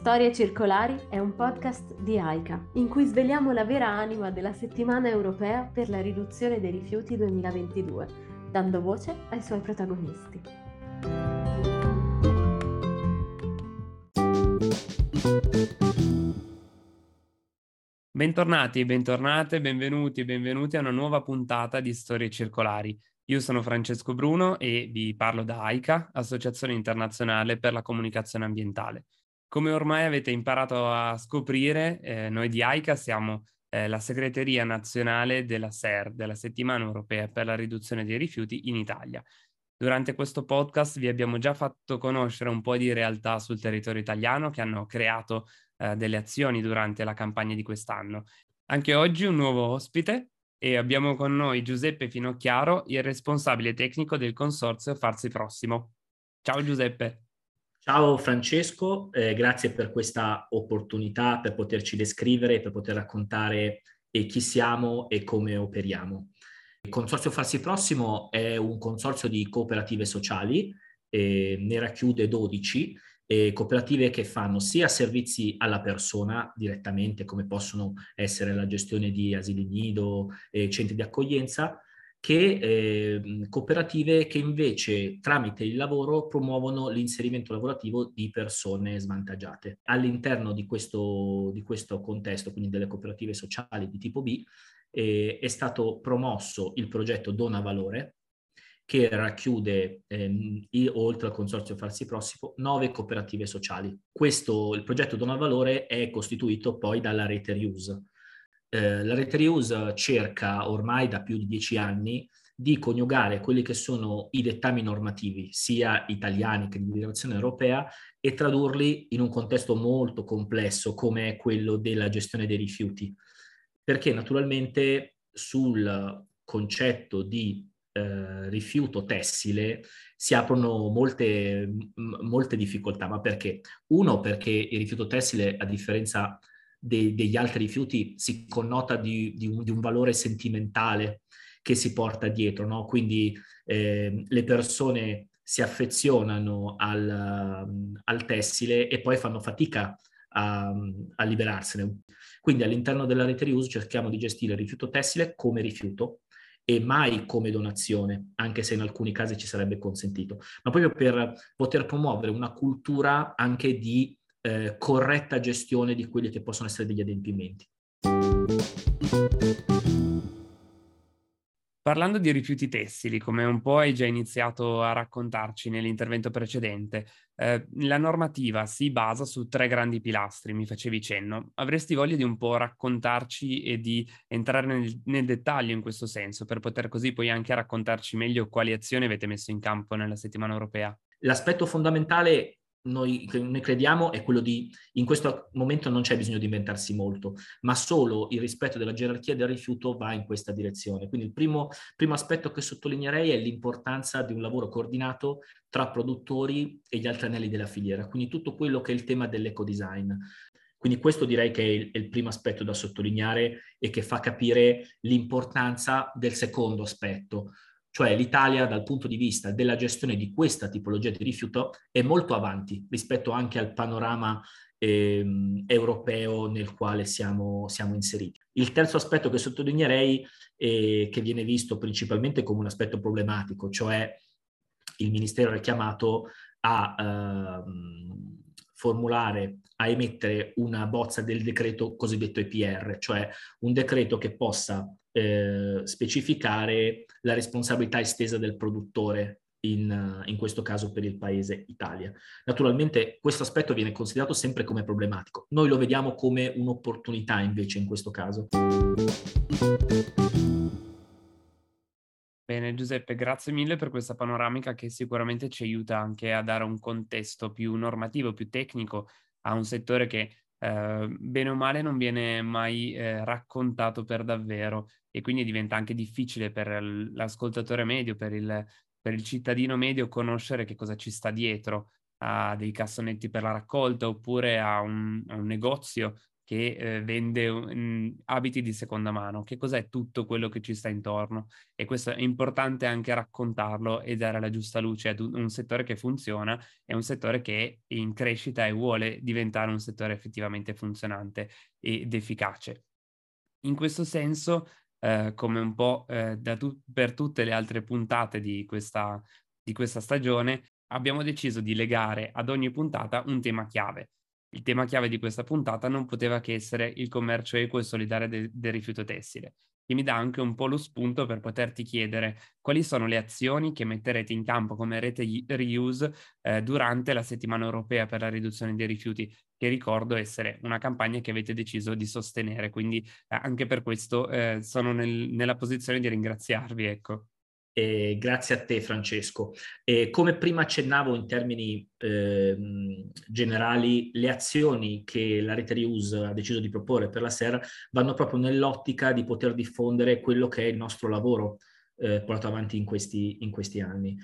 Storie Circolari è un podcast di AICA, in cui sveliamo la vera anima della Settimana Europea per la riduzione dei rifiuti 2022, dando voce ai suoi protagonisti. Bentornati, bentornate, benvenuti e benvenuti a una nuova puntata di Storie Circolari. Io sono Francesco Bruno e vi parlo da AICA, Associazione Internazionale per la Comunicazione Ambientale. Come ormai avete imparato a scoprire, noi di AICA siamo la segreteria nazionale della SER, della Settimana Europea per la riduzione dei rifiuti in Italia. Durante questo podcast vi abbiamo già fatto conoscere un po' di realtà sul territorio italiano che hanno creato delle azioni durante la campagna di quest'anno. Anche oggi un nuovo ospite e abbiamo con noi Giuseppe Finocchiaro, il responsabile tecnico del consorzio Farsi Prossimo. Ciao Giuseppe. Ciao Francesco, grazie per questa opportunità per poterci descrivere, per poter raccontare chi siamo e come operiamo. Il Consorzio Farsi Prossimo è un consorzio di cooperative sociali, ne racchiude 12 cooperative che fanno sia servizi alla persona direttamente, come possono essere la gestione di asili nido, centri di accoglienza, che cooperative che invece tramite il lavoro promuovono l'inserimento lavorativo di persone svantaggiate. All'interno di questo contesto, quindi delle cooperative sociali di tipo B, è stato promosso il progetto Dona Valore, che racchiude, oltre al Consorzio Farsi Prossimo, 9 cooperative sociali. Il progetto Dona Valore è costituito poi dalla rete Reuse. La rete Reuse cerca ormai da più di 10 anni di coniugare quelli che sono i dettami normativi, sia italiani che di direzione europea, e tradurli in un contesto molto complesso come è quello della gestione dei rifiuti. Perché naturalmente sul concetto di rifiuto tessile si aprono molte difficoltà. Ma perché? Uno, perché il rifiuto tessile, a differenza degli altri rifiuti, si connota di un valore sentimentale che si porta dietro, no? Quindi le persone si affezionano al tessile e poi fanno fatica a liberarsene. Quindi all'interno della rete Reuse cerchiamo di gestire il rifiuto tessile come rifiuto e mai come donazione, anche se in alcuni casi ci sarebbe consentito, ma proprio per poter promuovere una cultura anche di corretta gestione di quelli che possono essere degli adempimenti. Parlando di rifiuti tessili, come un po' hai già iniziato a raccontarci nell'intervento precedente, la normativa si basa su 3 grandi pilastri, mi facevi cenno. Avresti voglia di un po' raccontarci e di entrare nel dettaglio in questo senso, per poter così poi anche raccontarci meglio quali azioni avete messo in campo nella settimana europea? L'aspetto fondamentale noi crediamo è quello di, in questo momento non c'è bisogno di inventarsi molto, ma solo il rispetto della gerarchia del rifiuto va in questa direzione. Quindi il primo aspetto che sottolineerei è l'importanza di un lavoro coordinato tra produttori e gli altri anelli della filiera, quindi tutto quello che è il tema dell'ecodesign. Quindi questo direi che è il primo aspetto da sottolineare e che fa capire l'importanza del secondo aspetto. Cioè l'Italia dal punto di vista della gestione di questa tipologia di rifiuto è molto avanti rispetto anche al panorama europeo nel quale siamo inseriti. Il terzo aspetto che sottolineerei, che viene visto principalmente come un aspetto problematico, cioè il Ministero è chiamato a formulare, a emettere una bozza del decreto cosiddetto EPR, cioè un decreto che possa specificare la responsabilità estesa del produttore in questo caso per il paese Italia. Naturalmente questo aspetto viene considerato sempre come problematico. Noi lo vediamo come un'opportunità invece in questo caso. Bene, Giuseppe, grazie mille per questa panoramica che sicuramente ci aiuta anche a dare un contesto più normativo, più tecnico a un settore che bene o male non viene mai raccontato per davvero e quindi diventa anche difficile per l'ascoltatore medio, per il cittadino medio conoscere che cosa ci sta dietro a dei cassonetti per la raccolta oppure a un negozio che vende abiti di seconda mano, che cos'è tutto quello che ci sta intorno, e questo è importante anche raccontarlo e dare la giusta luce ad un settore che funziona, è un settore che è in crescita e vuole diventare un settore effettivamente funzionante ed efficace. In questo senso, come un po' per tutte le altre puntate di questa stagione, abbiamo deciso di legare ad ogni puntata un tema chiave. Il tema chiave di questa puntata non poteva che essere il commercio equo e solidale del rifiuto tessile, che mi dà anche un po' lo spunto per poterti chiedere quali sono le azioni che metterete in campo come rete Reuse durante la settimana europea per la riduzione dei rifiuti, che ricordo essere una campagna che avete deciso di sostenere, quindi anche per questo sono nella posizione di ringraziarvi, ecco. Grazie a te, Francesco. Come prima accennavo in termini generali, le azioni che la rete Reuse ha deciso di proporre per la SER vanno proprio nell'ottica di poter diffondere quello che è il nostro lavoro portato avanti in questi anni.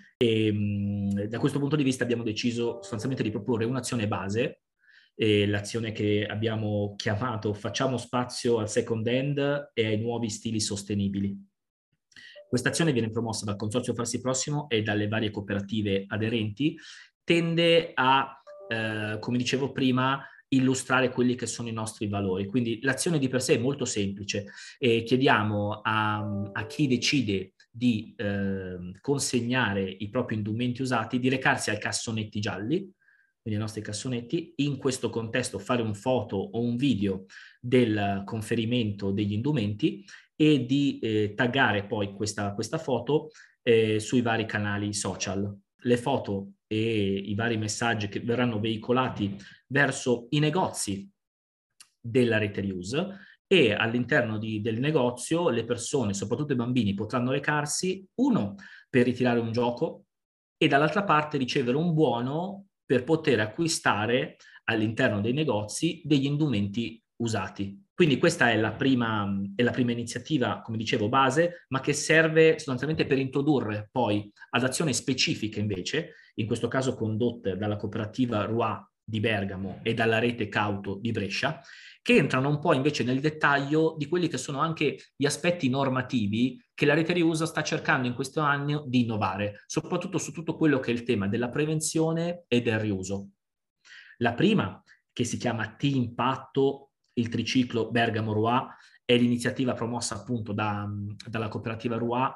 Da questo punto di vista abbiamo deciso sostanzialmente di proporre un'azione base, l'azione che abbiamo chiamato Facciamo spazio al second hand e ai nuovi stili sostenibili. Questa azione viene promossa dal Consorzio Farsi Prossimo e dalle varie cooperative aderenti, tende a, come dicevo prima, illustrare quelli che sono i nostri valori. Quindi l'azione di per sé è molto semplice. Chiediamo a chi decide di consegnare i propri indumenti usati di recarsi ai cassonetti gialli, quindi ai nostri cassonetti, in questo contesto fare un foto o un video del conferimento degli indumenti e di taggare poi questa foto sui vari canali social. Le foto e i vari messaggi che verranno veicolati verso i negozi della rete Reuse, e all'interno del negozio le persone, soprattutto i bambini, potranno recarsi, uno, per ritirare un gioco e dall'altra parte ricevere un buono per poter acquistare all'interno dei negozi degli indumenti usati. Quindi questa è la prima iniziativa, come dicevo, base, ma che serve sostanzialmente per introdurre poi ad azioni specifiche invece, in questo caso condotte dalla cooperativa RUA di Bergamo e dalla rete Cauto di Brescia, che entrano un po' invece nel dettaglio di quelli che sono anche gli aspetti normativi che la rete Reuse sta cercando in questo anno di innovare, soprattutto su tutto quello che è il tema della prevenzione e del riuso. La prima, che si chiama T-Impatto, il triciclo Bergamo-Rua, è l'iniziativa promossa appunto dalla cooperativa Rua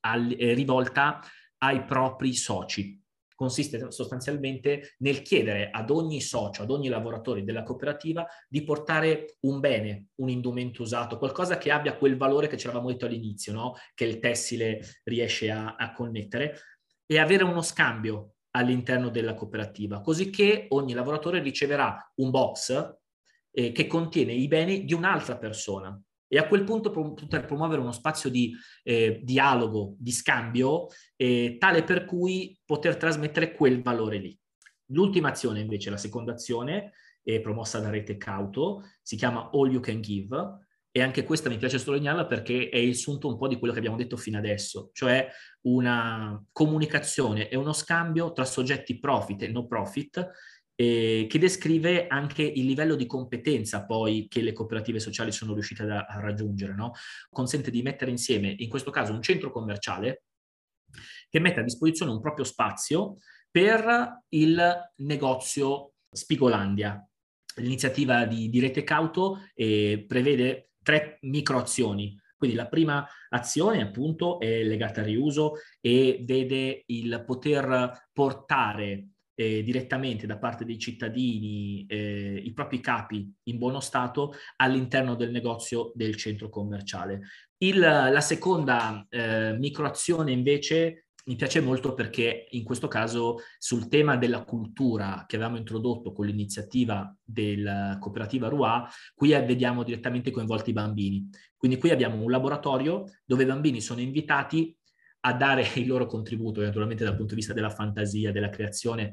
rivolta ai propri soci. Consiste sostanzialmente nel chiedere ad ogni socio, ad ogni lavoratore della cooperativa di portare un bene, un indumento usato, qualcosa che abbia quel valore che ci eravamo detto all'inizio, no? Che il tessile riesce a connettere, e avere uno scambio all'interno della cooperativa, così che ogni lavoratore riceverà un box che contiene i beni di un'altra persona, e a quel punto poter promuovere uno spazio di dialogo, di scambio, tale per cui poter trasmettere quel valore lì. L'ultima azione invece, la seconda azione, promossa da Rete Cauto, si chiama All You Can Give, e anche questa mi piace sottolinearla perché è il sunto un po' di quello che abbiamo detto fino adesso, cioè una comunicazione e uno scambio tra soggetti profit e no profit, che descrive anche il livello di competenza poi che le cooperative sociali sono riuscite a raggiungere, no? Consente di mettere insieme, in questo caso, un centro commerciale che mette a disposizione un proprio spazio per il negozio Spigolandia. L'iniziativa di Rete Cauto prevede 3 microazioni. Quindi la prima azione appunto è legata al riuso e vede il poter portare direttamente da parte dei cittadini i propri capi in buono stato all'interno del negozio del centro commerciale. La seconda microazione invece mi piace molto perché in questo caso sul tema della cultura che avevamo introdotto con l'iniziativa della cooperativa Rua, qui vediamo direttamente coinvolti i bambini. Quindi qui abbiamo un laboratorio dove i bambini sono invitati a dare il loro contributo, naturalmente dal punto di vista della fantasia, della creazione,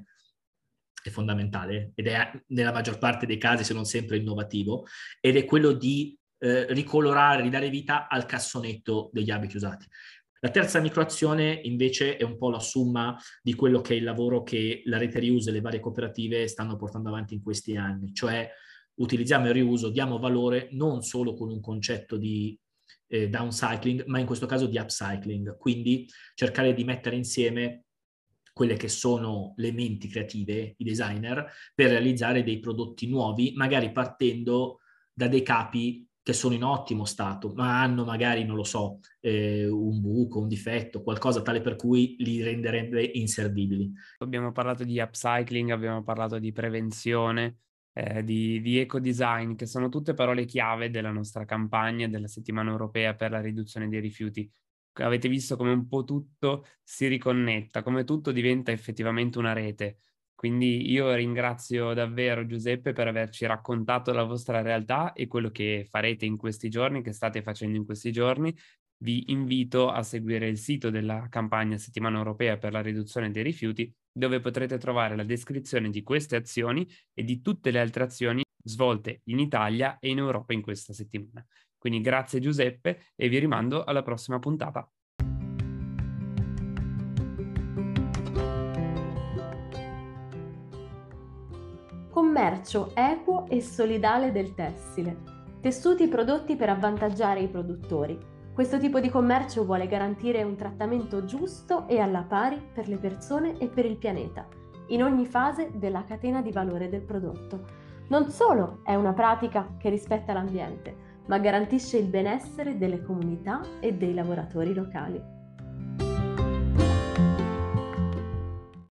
è fondamentale ed è nella maggior parte dei casi, se non sempre, innovativo, ed è quello di ricolorare, ridare vita al cassonetto degli abiti usati. La terza microazione invece è un po' la somma di quello che è il lavoro che la rete Reuse e le varie cooperative stanno portando avanti in questi anni, cioè utilizziamo il riuso, diamo valore non solo con un concetto di downcycling, ma in questo caso di upcycling, quindi cercare di mettere insieme quelle che sono le menti creative, i designer, per realizzare dei prodotti nuovi, magari partendo da dei capi che sono in ottimo stato, ma hanno magari, non lo so, un buco, un difetto, qualcosa tale per cui li renderebbe inservibili. Abbiamo parlato di upcycling, abbiamo parlato di prevenzione, di eco-design, che sono tutte parole chiave della nostra campagna della Settimana Europea per la riduzione dei rifiuti. Avete visto come un po' tutto si riconnetta, come tutto diventa effettivamente una rete. Quindi io ringrazio davvero Giuseppe per averci raccontato la vostra realtà e quello che farete in questi giorni, che state facendo in questi giorni. Vi invito a seguire il sito della campagna Settimana Europea per la riduzione dei rifiuti, dove potrete trovare la descrizione di queste azioni e di tutte le altre azioni svolte in Italia e in Europa in questa settimana. Quindi grazie Giuseppe e vi rimando alla prossima puntata. Commercio equo e solidale del tessile. Tessuti prodotti per avvantaggiare i produttori. Questo tipo di commercio vuole garantire un trattamento giusto e alla pari per le persone e per il pianeta, in ogni fase della catena di valore del prodotto. Non solo è una pratica che rispetta l'ambiente, ma garantisce il benessere delle comunità e dei lavoratori locali.